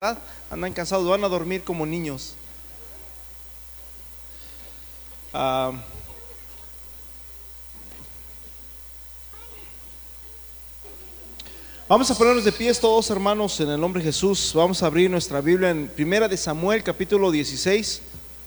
Andan cansados, van a dormir como niños. Vamos a ponernos de pies todos, hermanos, en el nombre de Jesús. Vamos a abrir nuestra Biblia en Primera de Samuel, capítulo 16.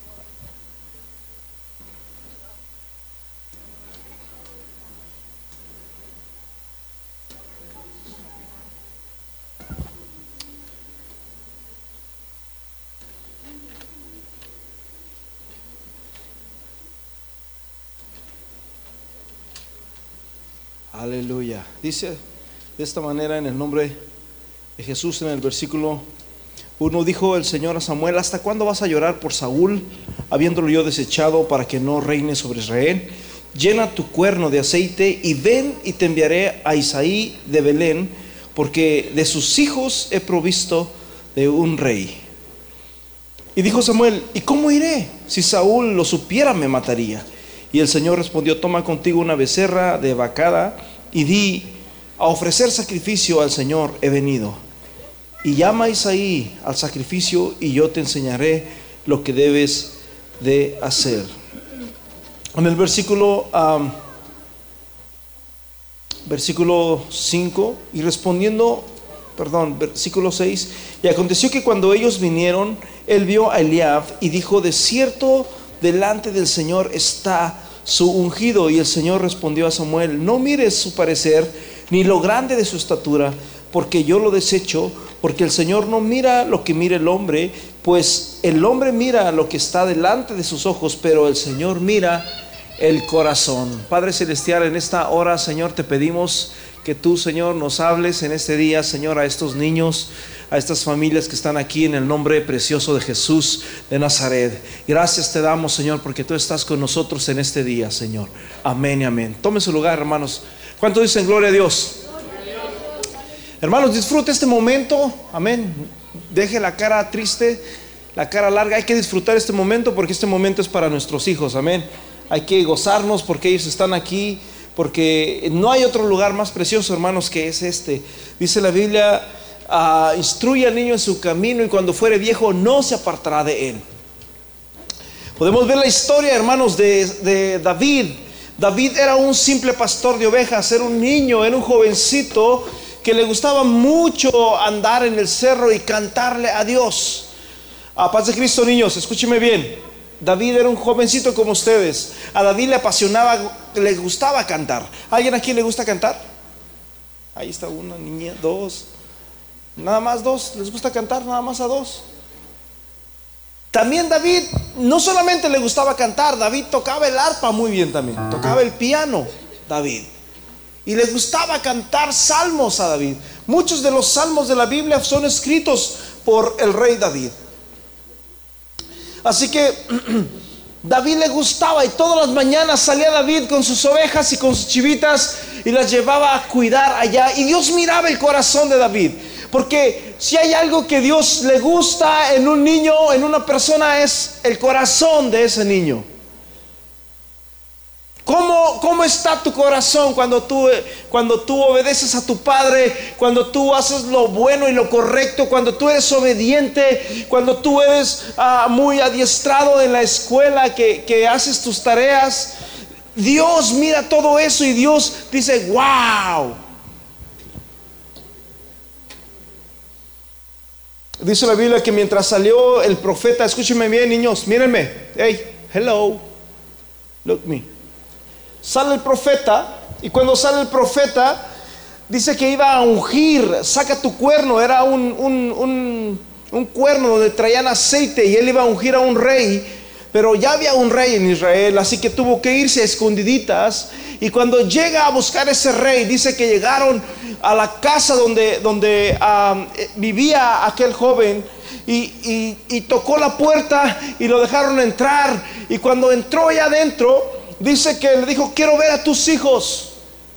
Aleluya. Dice de esta manera en el nombre de Jesús, en el versículo 1, dijo el Señor a Samuel: ¿hasta cuándo vas a llorar por Saúl, habiéndolo yo desechado para que no reine sobre Israel? Llena tu cuerno de aceite y ven, y te enviaré a Isaí de Belén, porque de sus hijos he provisto de un rey. Y dijo Samuel: ¿y cómo iré? Si Saúl lo supiera, me mataría. Y el Señor respondió: toma contigo una becerra de vacada y di: a ofrecer sacrificio al Señor he venido. Y llama a Isaí al sacrificio, y yo te enseñaré lo que debes de hacer. En el versículo 5, y respondiendo, versículo 6, y aconteció que cuando ellos vinieron, él vio a Eliab y dijo: de cierto, delante del Señor está su ungido. Y el Señor respondió a Samuel: no mires su parecer, ni lo grande de su estatura, porque yo lo desecho. Porque el Señor no mira lo que mira el hombre, pues el hombre mira lo que está delante de sus ojos, pero el Señor mira el corazón. Padre celestial, en esta hora, Señor, te pedimos que tú, Señor, nos hables en este día, Señor, a estos niños, a estas familias que están aquí, en el nombre precioso de Jesús de Nazaret. Gracias te damos, Señor, porque tú estás con nosotros en este día, Señor. Amén y amén. Tome su lugar, hermanos. ¿Cuánto dicen gloria a Dios? Hermanos, disfrute este momento. Amén. Deje la cara triste, la cara larga. Hay que disfrutar este momento, porque este momento es para nuestros hijos. Amén. Hay que gozarnos porque ellos están aquí, porque no hay otro lugar más precioso, hermanos, que es este. Dice la Biblia: instruye al niño en su camino, y cuando fuere viejo no se apartará de él. Podemos ver la historia, hermanos, de David. David era un simple pastor de ovejas, era un niño, era un jovencito que le gustaba mucho andar en el cerro y cantarle a Dios. A paz de Cristo, niños, escúchenme bien. David era un jovencito como ustedes. A David le apasionaba, le gustaba cantar. ¿Alguien aquí le gusta cantar? Ahí está una niña, dos. Nada más dos, les gusta cantar, nada más a dos. También David no solamente le gustaba cantar, David tocaba el arpa muy bien también. Tocaba el piano, David. Y le gustaba cantar salmos a David. Muchos de los salmos de la Biblia son escritos por el rey David. Así que David le gustaba, y todas las mañanas salía David con sus ovejas y con sus chivitas y las llevaba a cuidar allá. Y Dios miraba el corazón de David, porque si hay algo que Dios le gusta en un niño, en una persona, es el corazón de ese niño. ¿Cómo está tu corazón cuando tú obedeces a tu padre, cuando tú haces lo bueno y lo correcto, cuando tú eres obediente, cuando tú eres muy adiestrado en la escuela, que haces tus tareas? Dios mira todo eso y Dios dice: wow. Dice la Biblia que mientras salió el profeta, escúchenme bien, niños, mírenme, hey, hello, look me. Sale el profeta, y cuando sale el profeta, dice que iba a ungir. Saca tu cuerno. Era un cuerno donde traían aceite, y él iba a ungir a un rey. Pero ya había un rey en Israel, así que tuvo que irse a escondiditas. Y cuando llega a buscar ese rey, dice que llegaron a la casa donde vivía aquel joven, y tocó la puerta y lo dejaron entrar. Y cuando entró allá adentro, dice que le dijo: quiero ver a tus hijos.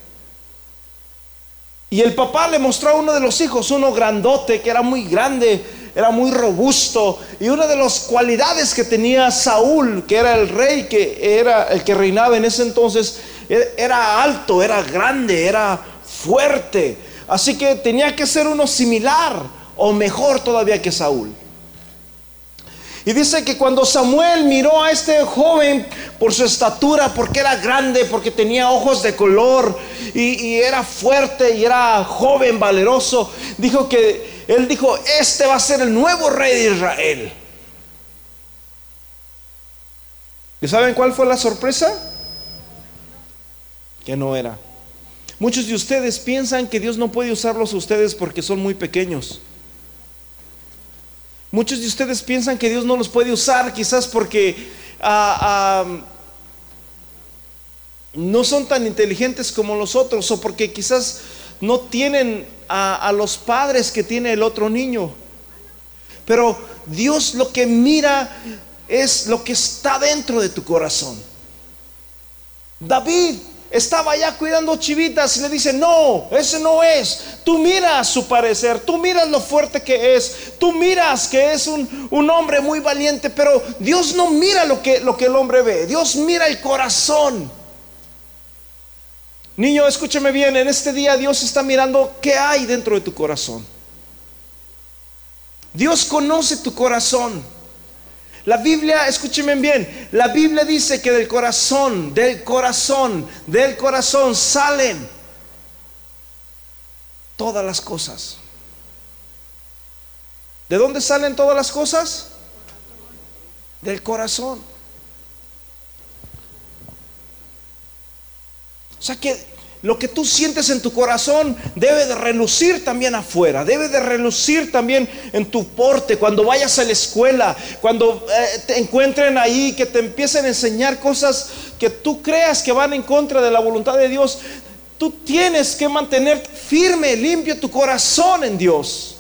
Y el papá le mostró a uno de los hijos, uno grandote, que era muy grande, era muy robusto. Y una de las cualidades que tenía Saúl, que era el rey, que era el que reinaba en ese entonces, era alto, era grande, era fuerte. Así que tenía que ser uno similar, o mejor todavía que Saúl. Y dice que cuando Samuel miró a este joven por su estatura, porque era grande, porque tenía ojos de color y era fuerte y era joven, valeroso, él dijo, este va a ser el nuevo rey de Israel. ¿Y saben cuál fue la sorpresa? Que no era. Muchos de ustedes piensan que Dios no puede usarlos a ustedes porque son muy pequeños. Muchos de ustedes piensan que Dios no los puede usar quizás porque no son tan inteligentes como los otros, o porque quizás no tienen a los padres que tiene el otro niño. Pero Dios lo que mira es lo que está dentro de tu corazón. David estaba allá cuidando chivitas y le dice, no, ese no es. Tú miras su parecer, tú miras lo fuerte que es, tú miras que es un hombre muy valiente, pero Dios no mira lo que el hombre ve. Dios mira el corazón. Niño, escúchame bien, en este día Dios está mirando qué hay dentro de tu corazón. Dios conoce tu corazón. La Biblia, escúchenme bien, la Biblia dice que del corazón salen todas las cosas. ¿De dónde salen todas las cosas? Del corazón. O sea que lo que tú sientes en tu corazón debe de relucir también afuera, debe de relucir también en tu porte, cuando vayas a la escuela, cuando te encuentren ahí, que te empiecen a enseñar cosas que tú creas que van en contra de la voluntad de Dios. Tú tienes que mantener firme, limpio tu corazón en Dios.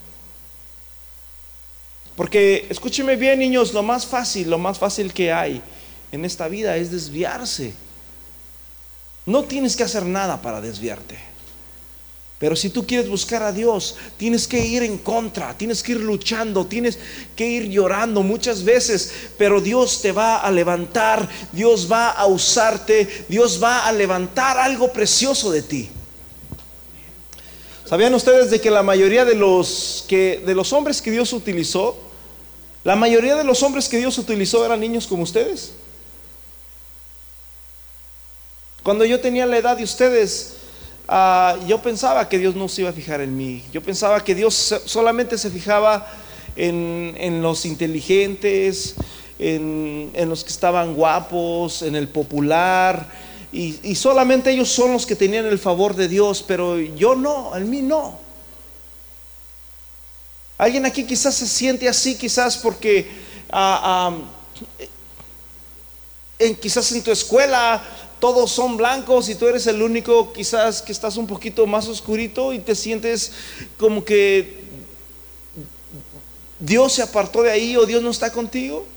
Porque escúcheme bien, niños, lo más fácil que hay en esta vida es desviarse. No tienes que hacer nada para desviarte. Pero si tú quieres buscar a Dios, tienes que ir en contra, tienes que ir luchando, tienes que ir llorando muchas veces. Pero Dios te va a levantar, Dios va a usarte, Dios va a levantar algo precioso de ti. ¿Sabían ustedes de que la mayoría de los hombres que Dios utilizó, eran niños como ustedes? Cuando yo tenía la edad de ustedes, yo pensaba que Dios no se iba a fijar en mí. Yo pensaba que Dios solamente se fijaba en los inteligentes, en los que estaban guapos, en el popular, y solamente ellos son los que tenían el favor de Dios. Pero yo no, en mí no. Alguien aquí quizás se siente así, quizás porque quizás en tu escuela todos son blancos y tú eres el único quizás que estás un poquito más oscurito y te sientes como que Dios se apartó de ahí o Dios no está contigo.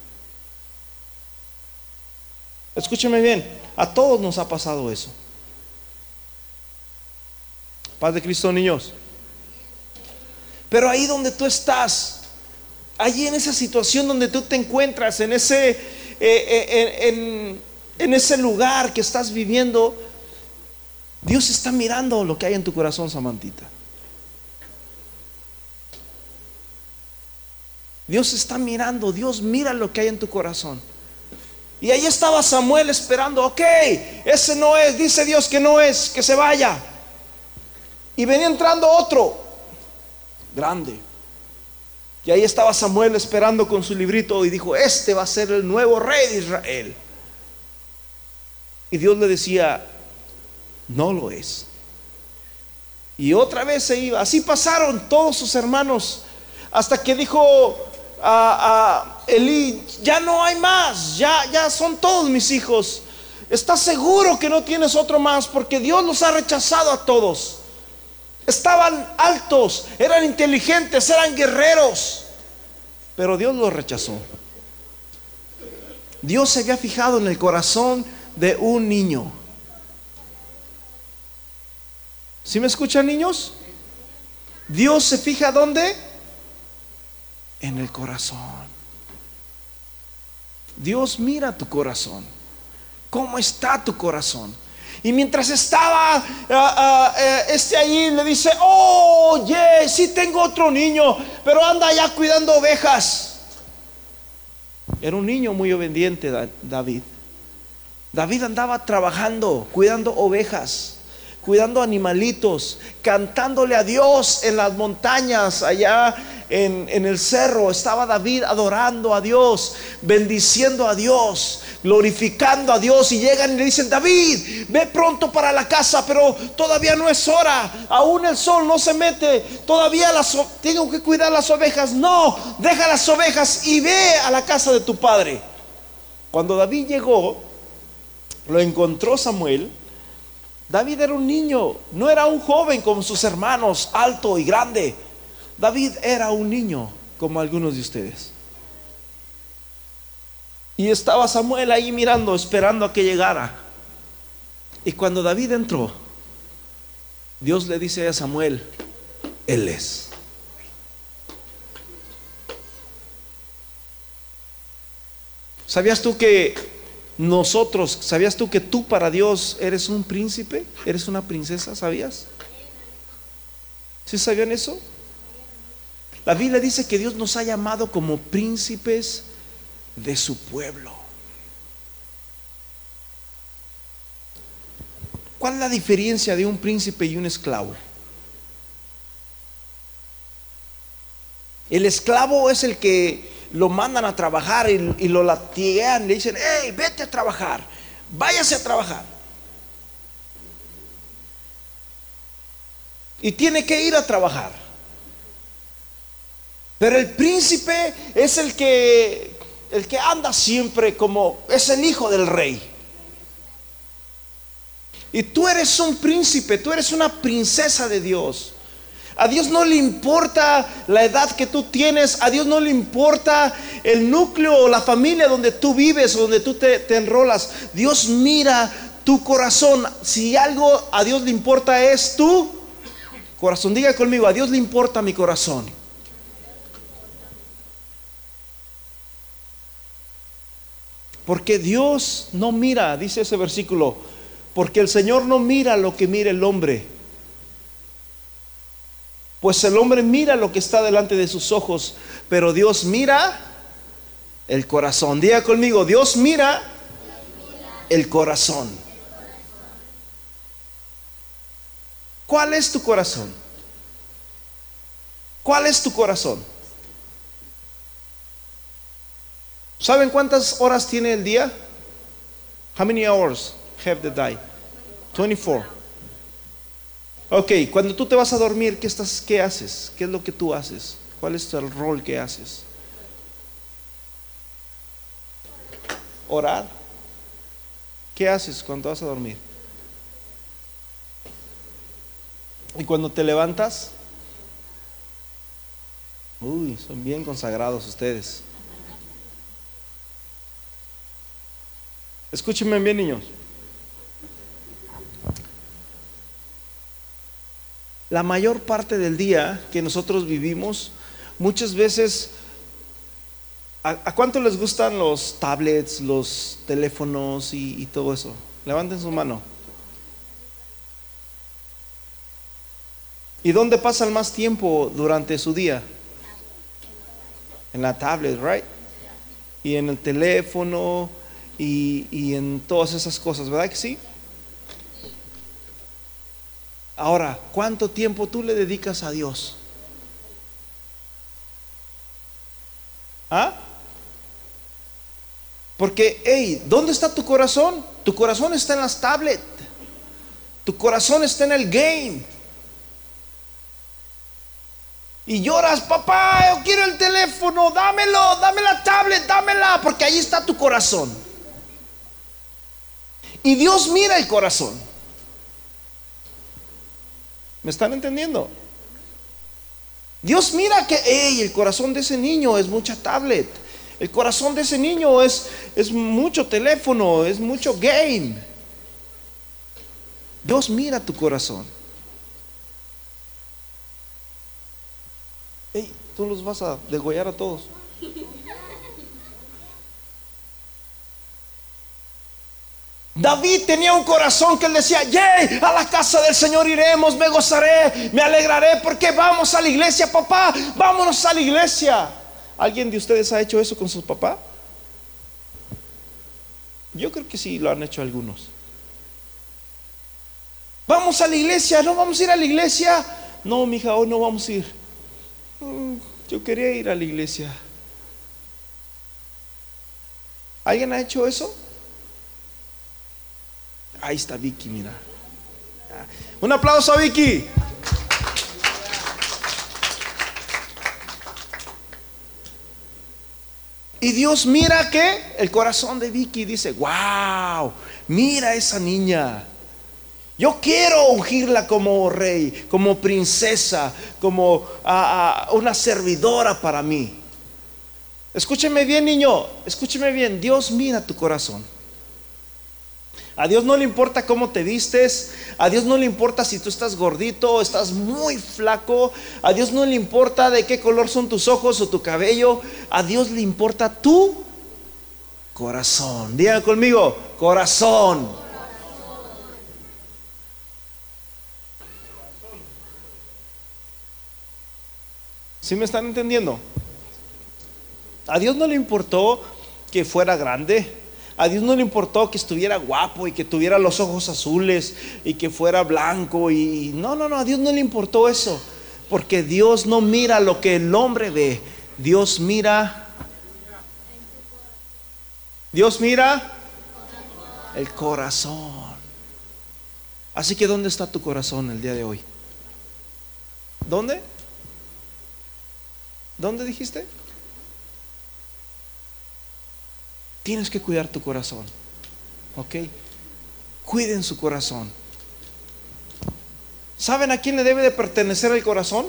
Escúcheme bien, a todos nos ha pasado eso. Paz de Cristo, niños. Pero ahí donde tú estás, allí en esa situación donde tú te encuentras, en ese lugar que estás viviendo, Dios está mirando lo que hay en tu corazón, Samantita. Dios está mirando, Dios mira lo que hay en tu corazón. Y ahí estaba Samuel esperando, ok, ese no es, dice Dios que no es, que se vaya. Y venía entrando otro, grande. Y ahí estaba Samuel esperando con su librito y dijo, este va a ser el nuevo rey de Israel. Y Dios le decía, no lo es. Y otra vez se iba. Así pasaron todos sus hermanos, hasta que dijo a Elí, ya no hay más, ya son todos mis hijos. ¿Estás seguro que no tienes otro más? Porque Dios los ha rechazado a todos. Estaban altos, eran inteligentes, eran guerreros, pero Dios los rechazó. Dios se había fijado en el corazón de un niño. ¿Sí me escuchan, niños? Dios se fija ¿dónde? En el corazón. Dios mira tu corazón. ¿Cómo está tu corazón? Y mientras estaba allí, le dice: oye, sí tengo otro niño, pero anda allá cuidando ovejas. Era un niño muy obediente, David. David andaba trabajando, cuidando ovejas, cuidando animalitos, cantándole a Dios en las montañas, allá en el cerro. Estaba David adorando a Dios, bendiciendo a Dios, glorificando a Dios. Y llegan y le dicen: David, ve pronto para la casa, pero todavía no es hora, aún el sol no se mete, todavía tengo que cuidar las ovejas. No, deja las ovejas y ve a la casa de tu padre. Cuando David llegó, lo encontró Samuel. David era un niño, no era un joven como sus hermanos, alto y grande. David era un niño como algunos de ustedes. Y estaba Samuel ahí mirando, esperando a que llegara. Y cuando David entró, Dios le dice a Samuel: Él es. ¿Sabías tú que sabías tú que tú para Dios eres un príncipe? ¿Eres una princesa? ¿Sabías? ¿Sí sabían eso? La Biblia dice que Dios nos ha llamado como príncipes de su pueblo. ¿Cuál es la diferencia de un príncipe y un esclavo? El esclavo es el que lo mandan a trabajar y lo latiguean, le dicen: hey, vete a trabajar, váyase a trabajar. Y tiene que ir a trabajar. Pero el príncipe es el que anda siempre, como es el hijo del rey. Y tú eres un príncipe, tú eres una princesa de Dios. A Dios no le importa la edad que tú tienes. A Dios no le importa el núcleo o la familia donde tú vives o donde tú te enrolas. Dios mira tu corazón. Si algo a Dios le importa es tu corazón. Diga conmigo: a Dios le importa mi corazón. Porque Dios no mira, dice ese versículo, porque el Señor no mira lo que mira el hombre. Pues el hombre mira lo que está delante de sus ojos, pero Dios mira el corazón. Diga conmigo: Dios mira el corazón. ¿Cuál es tu corazón? ¿Cuál es tu corazón? ¿Saben cuántas horas tiene el día? How many hours have the day? 24. Ok, cuando tú te vas a dormir, ¿qué haces? ¿Qué es lo que tú haces? ¿Cuál es el rol que haces? Orar. ¿Qué haces cuando vas a dormir? Y cuando te levantas, son bien consagrados ustedes. Escúchenme bien, niños. La mayor parte del día que nosotros vivimos, muchas veces, ¿a cuánto les gustan los tablets, los teléfonos y todo eso? Levanten su mano. ¿Y dónde pasan más tiempo durante su día? En la tablet, right? Y en el teléfono y en todas esas cosas, ¿verdad que sí? Ahora, ¿cuánto tiempo tú le dedicas a Dios? ¿Ah? Porque, hey, ¿dónde está tu corazón? Tu corazón está en las tablets. Tu corazón está en el game. Y lloras: papá, yo quiero el teléfono, dámelo, dame la tablet, dámela, porque ahí está tu corazón. Y Dios mira el corazón. ¿Me están entendiendo? Dios mira que el corazón de ese niño es mucha tablet. El corazón de ese niño es mucho teléfono, es mucho game. Dios mira tu corazón. Tú los vas a degollar a todos. David tenía un corazón que él decía: yay, a la casa del Señor iremos, me gozaré, me alegraré, porque vamos a la iglesia, papá, vámonos a la iglesia. ¿Alguien de ustedes ha hecho eso con su papá? Yo creo que sí, lo han hecho algunos. Vamos a la iglesia, no vamos a ir a la iglesia. No, mija, hoy no vamos a ir. Yo quería ir a la iglesia. ¿Alguien ha hecho eso? Ahí está Vicky, mira. Un aplauso a Vicky. Y Dios mira que el corazón de Vicky dice: wow, mira esa niña. Yo quiero ungirla como rey, como princesa, como una servidora para mí. Escúcheme bien, niño, escúcheme bien. Dios mira tu corazón. A Dios no le importa cómo te vistes. A Dios no le importa si tú estás gordito o estás muy flaco. A Dios no le importa de qué color son tus ojos o tu cabello. A Dios le importa tu corazón. Digan conmigo: corazón. ¿Sí me están entendiendo? A Dios no le importó que fuera grande. A Dios no le importó que estuviera guapo y que tuviera los ojos azules y que fuera blanco no, a Dios no le importó eso, porque Dios no mira lo que el hombre ve. Dios mira el corazón. Así que ¿dónde está tu corazón el día de hoy? ¿Dónde? ¿Dónde dijiste? Tienes que cuidar tu corazón. ¿Ok? Cuiden su corazón. ¿Saben a quién le debe de pertenecer el corazón?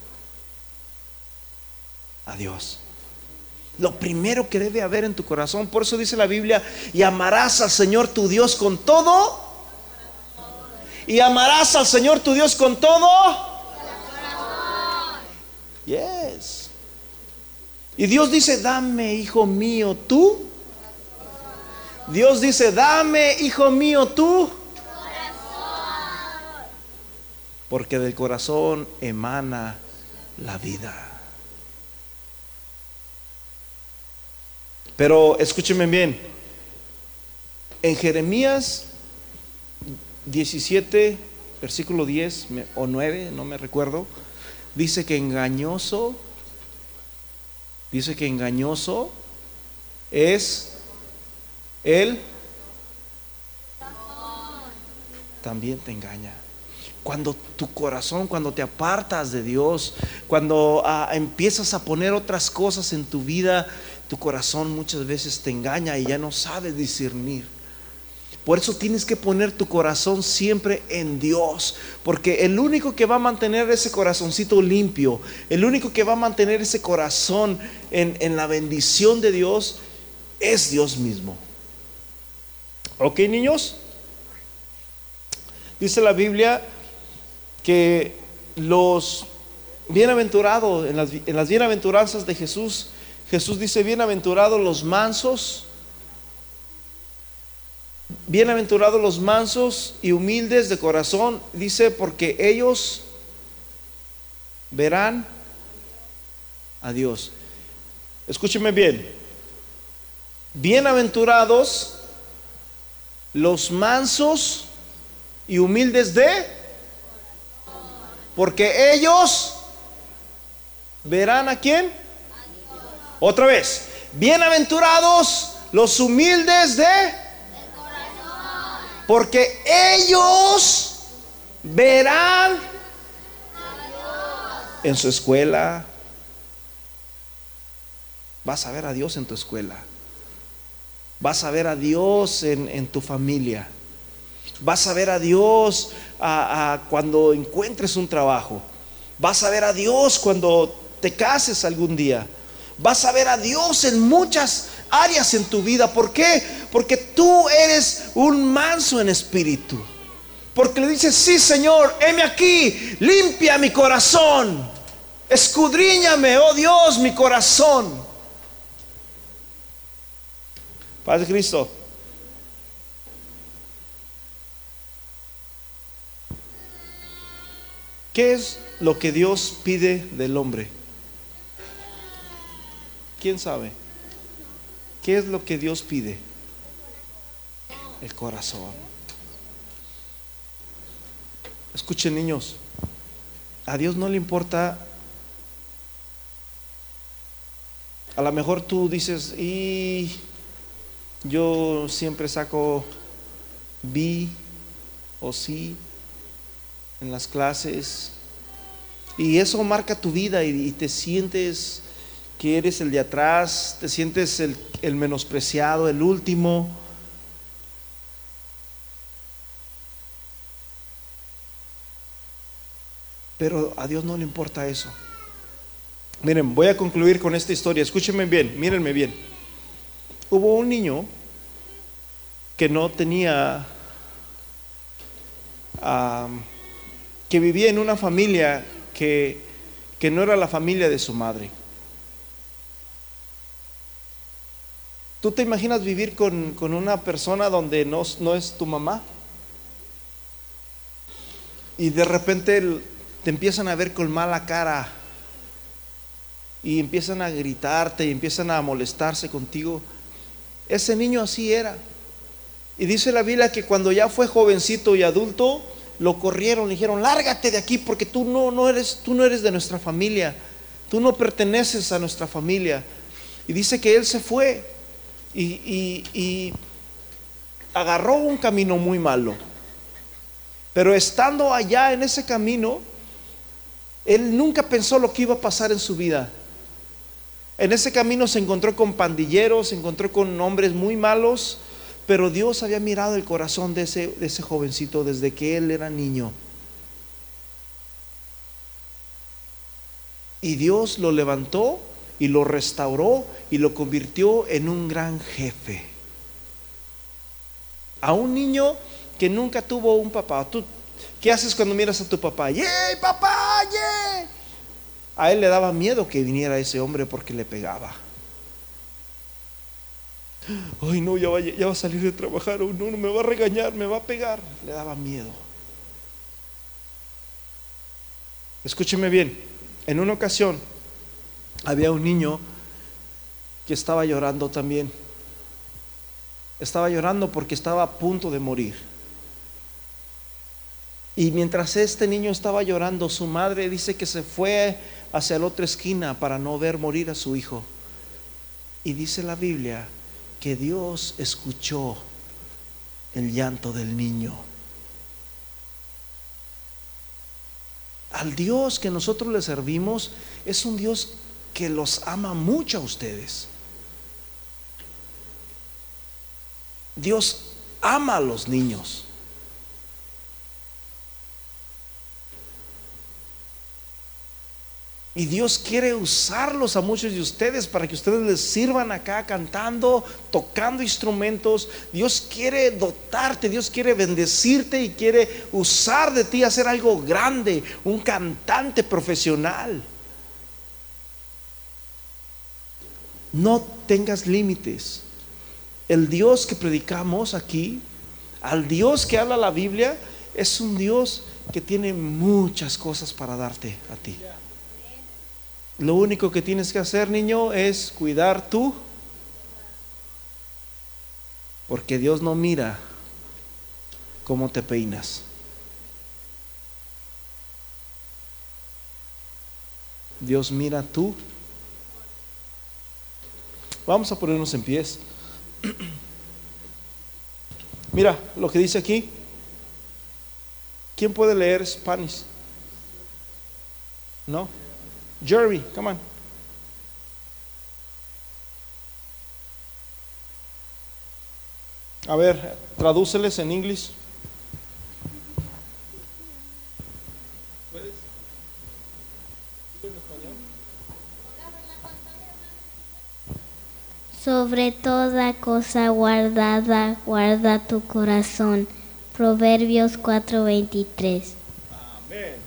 A Dios. Lo primero que debe haber en tu corazón. Por eso dice la Biblia: y amarás al Señor tu Dios con todo. Y amarás al Señor tu Dios con todo. Yes. Y Dios dice: dame, hijo mío, tú. Dios dice: dame, hijo mío, tú. Porque del corazón emana la vida. Pero escúchenme bien. En Jeremías 17, versículo 10 o 9, no me recuerdo, dice que engañoso es él también te engaña. Cuando tu corazón, cuando te apartas de Dios, cuando empiezas a poner otras cosas en tu vida, tu corazón muchas veces te engaña y ya no sabes discernir. Por eso tienes que poner tu corazón siempre en Dios, porque el único que va a mantener ese corazoncito limpio, el único que va a mantener ese corazón en la bendición de Dios, es Dios mismo. ¿Ok, niños? Dice la Biblia que los bienaventurados, en las bienaventuranzas de Jesús, Jesús dice: bienaventurados los mansos, bienaventurados los mansos y humildes de corazón, dice, porque ellos verán a Dios. Escúcheme bien: bienaventurados los mansos y humildes porque ellos verán ¿a quién? Otra vez: bienaventurados los humildes porque ellos verán en su escuela. Vas a ver a Dios en tu escuela. Vas a ver a Dios en tu familia. Vas a ver a Dios cuando encuentres un trabajo. Vas a ver a Dios cuando te cases algún día. Vas a ver a Dios en muchas áreas en tu vida. ¿Por qué? Porque tú eres un manso en espíritu. Porque le dices: sí, Señor, heme aquí, limpia mi corazón, escudriñame, oh Dios, mi corazón. Padre Cristo, ¿Qué es lo que Dios pide del hombre? ¿Quién sabe? ¿Qué es lo que Dios pide? El corazón. Escuchen, niños, a Dios no le importa. A lo mejor tú dices, y yo siempre saco B o C en las clases, y eso marca tu vida, y te sientes que eres el de atrás, te sientes el menospreciado, el último. Pero a Dios no le importa eso. Miren, voy a concluir con esta historia. Escúchenme bien, mírenme bien. Hubo un niño que no tenía, que vivía en una familia que no era la familia de su madre. ¿Tú te imaginas vivir con una persona donde no es tu mamá? Y de repente te empiezan a ver con mala cara, y empiezan a gritarte, y empiezan a molestarse contigo. Ese niño así era. Y dice la Biblia que cuando ya fue jovencito y adulto, lo corrieron, le dijeron: lárgate de aquí, porque tú no eres de nuestra familia, tú no perteneces a nuestra familia. Y dice que él se fue y agarró un camino muy malo. Pero estando allá en ese camino, él nunca pensó lo que iba a pasar en su vida. En ese camino se encontró con pandilleros, se encontró con hombres muy malos, pero Dios había mirado el corazón de ese jovencito desde que él era niño. Y Dios lo levantó y lo restauró y lo convirtió en un gran jefe. A un niño que nunca tuvo un papá. ¿Tú qué haces cuando miras a tu papá? ¡Yay, papá! ¡Yay! A él le daba miedo que viniera ese hombre porque le pegaba. Ay, no, ya va a salir de trabajar. Oh, no, me va a regañar, me va a pegar. Le daba miedo. Escúcheme bien. En una ocasión había un niño que estaba llorando también. Estaba llorando porque estaba a punto de morir. Y mientras este niño estaba llorando, su madre dice que se fue hacia la otra esquina para no ver morir a su hijo. Y dice la Biblia que Dios escuchó el llanto del niño. Al Dios que nosotros le servimos es un Dios que los ama mucho a ustedes. Dios ama a los niños. Y Dios quiere usarlos a muchos de ustedes para que ustedes les sirvan acá cantando, tocando instrumentos. Dios quiere dotarte, Dios quiere bendecirte y quiere usar de ti, hacer algo grande, un cantante profesional. No tengas límites. El Dios que predicamos aquí, al Dios que habla la Biblia, es un Dios que tiene muchas cosas para darte a ti. Lo único que tienes que hacer, niño, es cuidar tú, porque Dios no mira cómo te peinas. Dios mira tú. Vamos a ponernos en pies. Mira lo que dice aquí. ¿Quién puede leer Spanish? ¿No? Jerry, come on. A ver, tradúceles en inglés. ¿Puedes? ¿En español? Sobre toda cosa guardada, guarda tu corazón. Proverbios 4:23. Amén.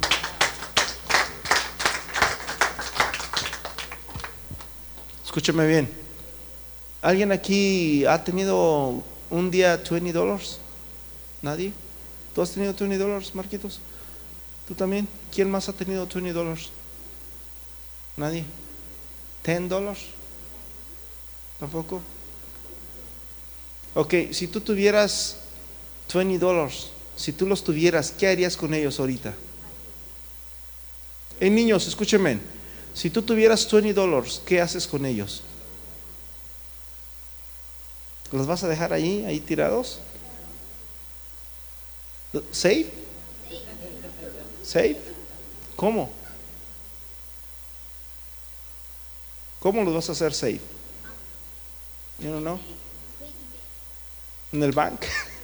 Escúchame bien. ¿Alguien aquí ha tenido un día $20? ¿Nadie? ¿Tú has tenido $20, Marquitos? ¿Tú también? ¿Quién más ha tenido $20? Nadie. $10? ¿Tampoco? Ok, si tú tuvieras $20, si tú los tuvieras, ¿qué harías con ellos ahorita? Niños, escúchenme. Si tú tuvieras $20, ¿qué haces con ellos? ¿Los vas a dejar ahí tirados? ¿Safe? ¿Safe? ¿Cómo? ¿Cómo los vas a hacer safe? You don't know? ¿En el bank?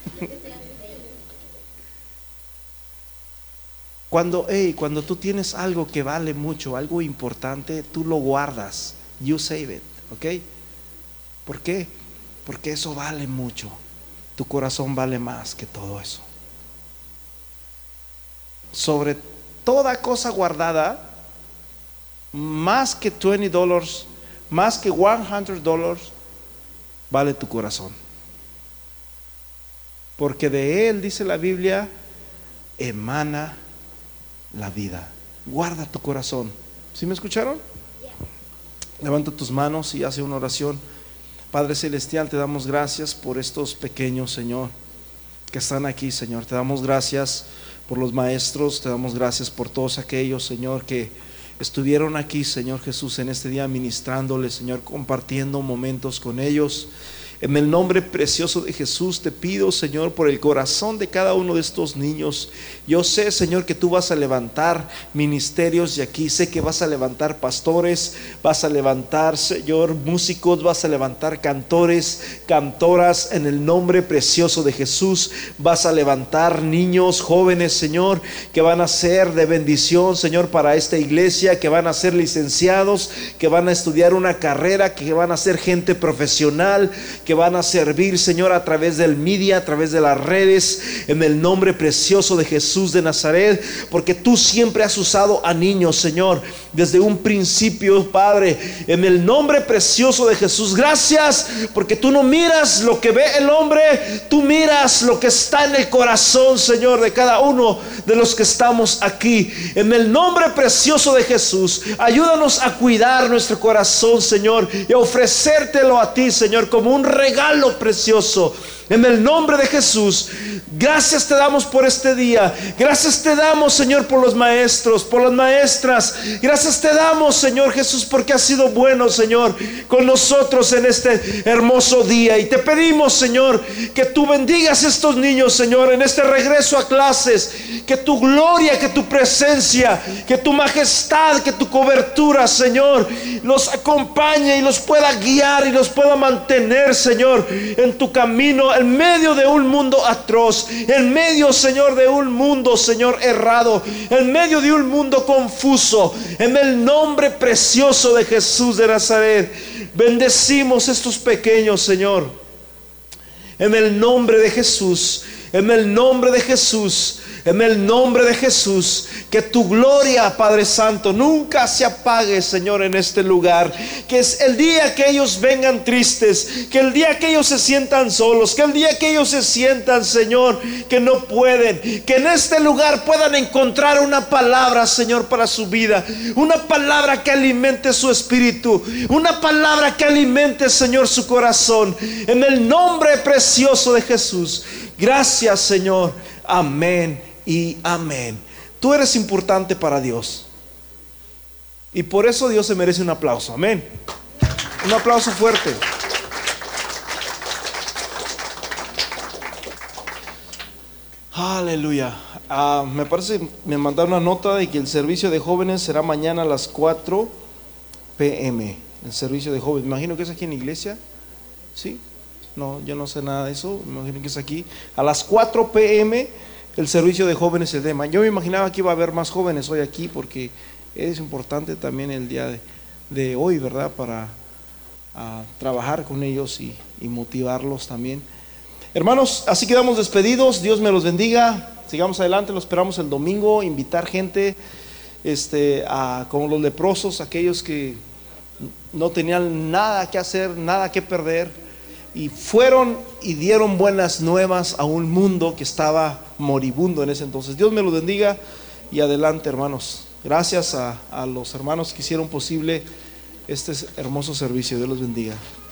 Cuando tú tienes algo que vale mucho, algo importante, tú lo guardas. You save it, ¿ok? ¿Por qué? Porque eso vale mucho. Tu corazón vale más que todo eso. Sobre toda cosa guardada, más que $20, más que $100, vale tu corazón. Porque de él, dice la Biblia, emana la vida. Guarda tu corazón. ¿Sí me escucharon? Levanta tus manos y hace una oración. Padre celestial, te damos gracias por estos pequeños, Señor, que están aquí, Señor. Te damos gracias por los maestros, te damos gracias por todos aquellos, Señor, que estuvieron aquí, Señor Jesús, en este día ministrándoles, Señor, compartiendo momentos con ellos. En el nombre precioso de Jesús te pido, Señor, por el corazón de cada uno de estos niños. Yo sé, Señor, que tú vas a levantar ministerios de aquí. Sé que vas a levantar pastores, vas a levantar, Señor, músicos, vas a levantar cantores, cantoras. En el nombre precioso de Jesús vas a levantar niños, jóvenes, Señor, que van a ser de bendición, Señor, para esta iglesia, que van a ser licenciados, que van a estudiar una carrera, que van a ser gente profesional, que van a servir, Señor, a través del media, a través de las redes, en el nombre precioso de Jesús de Nazaret, porque tú siempre has usado a niños, Señor, desde un principio, Padre, en el nombre precioso de Jesús. Gracias, porque tú no miras lo que ve el hombre, tú miras lo que está en el corazón, Señor, de cada uno de los que estamos aquí. En el nombre precioso de Jesús, ayúdanos a cuidar nuestro corazón, Señor, y a ofrecértelo a ti, Señor, como un regalo precioso. En el nombre de Jesús, gracias te damos por este día. Gracias te damos, Señor, por los maestros, por las maestras. Gracias te damos, Señor Jesús, porque has sido bueno, Señor, con nosotros en este hermoso día. Y te pedimos, Señor, que tú bendigas a estos niños, Señor, en este regreso a clases. Que tu gloria, que tu presencia, que tu majestad, que tu cobertura, Señor, los acompañe y los pueda guiar y los pueda mantener, Señor, en tu camino, en medio de un mundo atroz, en medio, Señor, de un mundo, Señor, errado, en medio de un mundo confuso. En el nombre precioso de Jesús de Nazaret, bendecimos estos pequeños, Señor, en el nombre de Jesús, en el nombre de Jesús. En el nombre de Jesús, que tu gloria, Padre Santo, nunca se apague, Señor, en este lugar. Que es el día que ellos vengan tristes, que el día que ellos se sientan solos, que el día que ellos se sientan, Señor, que no pueden, que en este lugar puedan encontrar una palabra, Señor, para su vida. Una palabra que alimente su espíritu, una palabra que alimente, Señor, su corazón. En el nombre precioso de Jesús. Gracias, Señor. Amén y amén. Tú eres importante para Dios, y por eso Dios se merece un aplauso. Amén. Un aplauso fuerte. Aleluya. Me parece, me mandaron una nota de que el servicio de jóvenes será mañana a las 4 p.m. El servicio de jóvenes, me imagino que es aquí en la iglesia. ¿Sí? No, yo no sé nada de eso. Me imagino que es aquí a las 4 p.m. el servicio de jóvenes el tema. Yo me imaginaba que iba a haber más jóvenes hoy aquí, porque es importante también el día de hoy, ¿verdad? Para trabajar con ellos y motivarlos también. Hermanos, así quedamos despedidos. Dios me los bendiga. Sigamos adelante. Los esperamos el domingo. Invitar gente, como los leprosos, aquellos que no tenían nada que hacer, nada que perder, y fueron y dieron buenas nuevas a un mundo que estaba moribundo en ese entonces. Dios me lo bendiga. y adelante, hermanos. Gracias a los hermanos que hicieron posible este hermoso servicio. Dios los bendiga.